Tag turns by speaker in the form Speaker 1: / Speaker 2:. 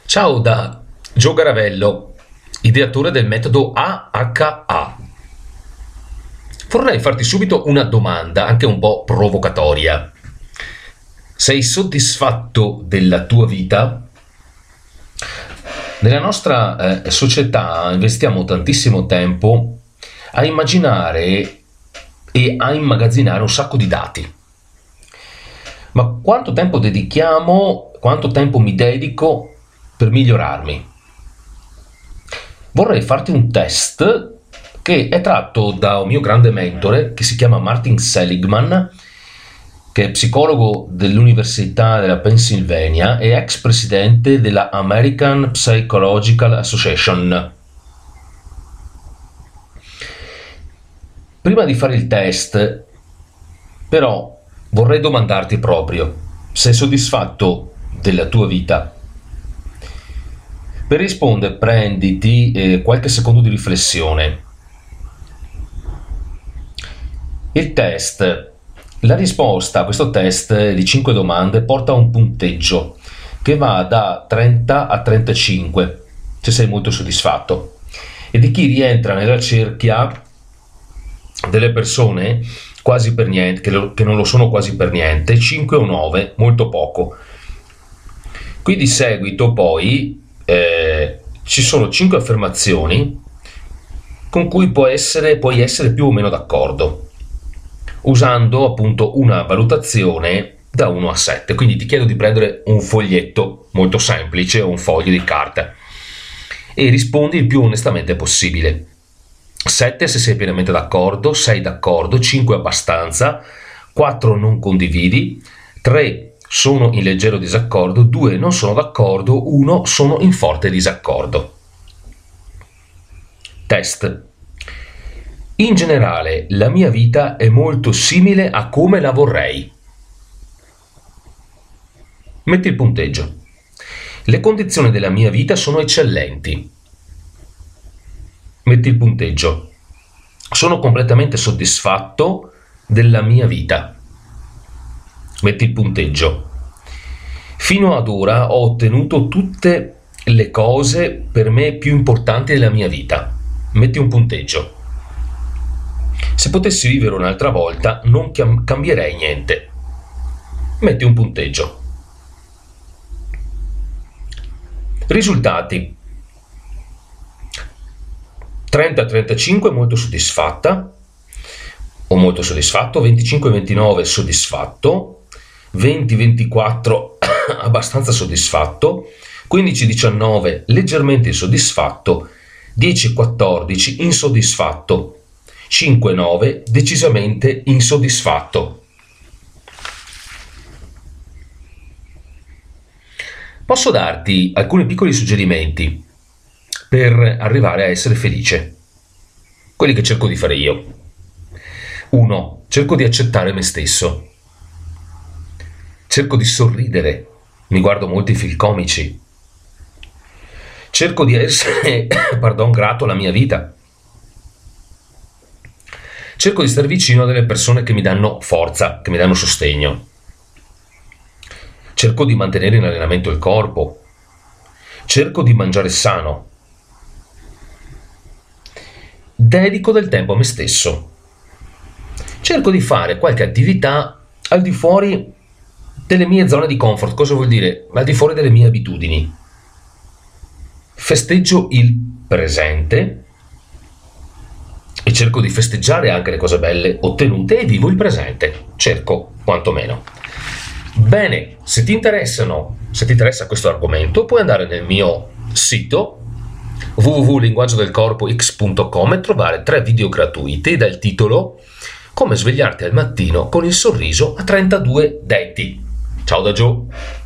Speaker 1: Ciao da Gio Garavello, ideatore del metodo AHA. Vorrei farti subito una domanda, anche un po' provocatoria. Sei soddisfatto della tua vita? Nella nostra società investiamo tantissimo tempo a immaginare e a immagazzinare un sacco di dati. Ma quanto tempo dedichiamo, quanto tempo mi dedico per migliorarmi? Vorrei farti un test che è tratto da un mio grande mentore che si chiama Martin Seligman, che è psicologo dell'Università della Pennsylvania e ex presidente della American Psychological Association. Prima di fare il test, però, vorrei domandarti proprio: sei soddisfatto della tua vita? Per rispondere, prenditi qualche secondo di riflessione. Il test, la risposta a questo test di 5 domande porta a un punteggio che va da 30 a 35, se sei molto soddisfatto, e di chi rientra nella cerchia delle persone quasi per niente, che non lo sono quasi per niente, 5 o 9, molto poco. Qui di seguito poi ci sono 5 affermazioni con cui puoi essere più o meno d'accordo, usando appunto una valutazione da 1 a 7. Quindi ti chiedo di prendere un foglietto molto semplice o un foglio di carta e rispondi il più onestamente possibile. 7 se sei pienamente d'accordo, 6 d'accordo, 5 abbastanza, 4 non condividi, 3 sono in leggero disaccordo, 2 non sono d'accordo, 1 sono in forte disaccordo. Test. In generale, la mia vita è molto simile a come la vorrei. Metti il punteggio. Le condizioni della mia vita sono eccellenti. Metti il punteggio. Sono completamente soddisfatto della mia vita. Metti il punteggio. Fino ad ora ho ottenuto tutte le cose per me più importanti della mia vita. Metti un punteggio. Se potessi vivere un'altra volta non cambierei niente. Metti un punteggio. Risultati. 30-35 molto soddisfatta o molto soddisfatto, 25-29 soddisfatto, 20-24 abbastanza soddisfatto, 15-19 leggermente insoddisfatto, 10-14 insoddisfatto, 5-9 decisamente insoddisfatto. Posso darti alcuni piccoli suggerimenti per arrivare a essere felice, quelli che cerco di fare io. 1. Cerco di accettare me stesso. Cerco di sorridere, mi guardo molti film comici. Cerco di essere, grato alla mia vita. Cerco di stare vicino a delle persone che mi danno forza, che mi danno sostegno. Cerco di mantenere in allenamento il corpo. Cerco di mangiare sano. Dedico del tempo a me stesso. Cerco di fare qualche attività al di fuori delle mie zone di comfort. Cosa vuol dire? Al di fuori delle mie abitudini. Festeggio il presente e cerco di festeggiare anche le cose belle ottenute e vivo il presente. Cerco, quantomeno. Bene, se ti interessa questo argomento, puoi andare nel mio sito www.linguaggiodelcorpox.com e trovare 3 video gratuiti dal titolo Come svegliarti al mattino con il sorriso a 32 denti. Ciao da Gio!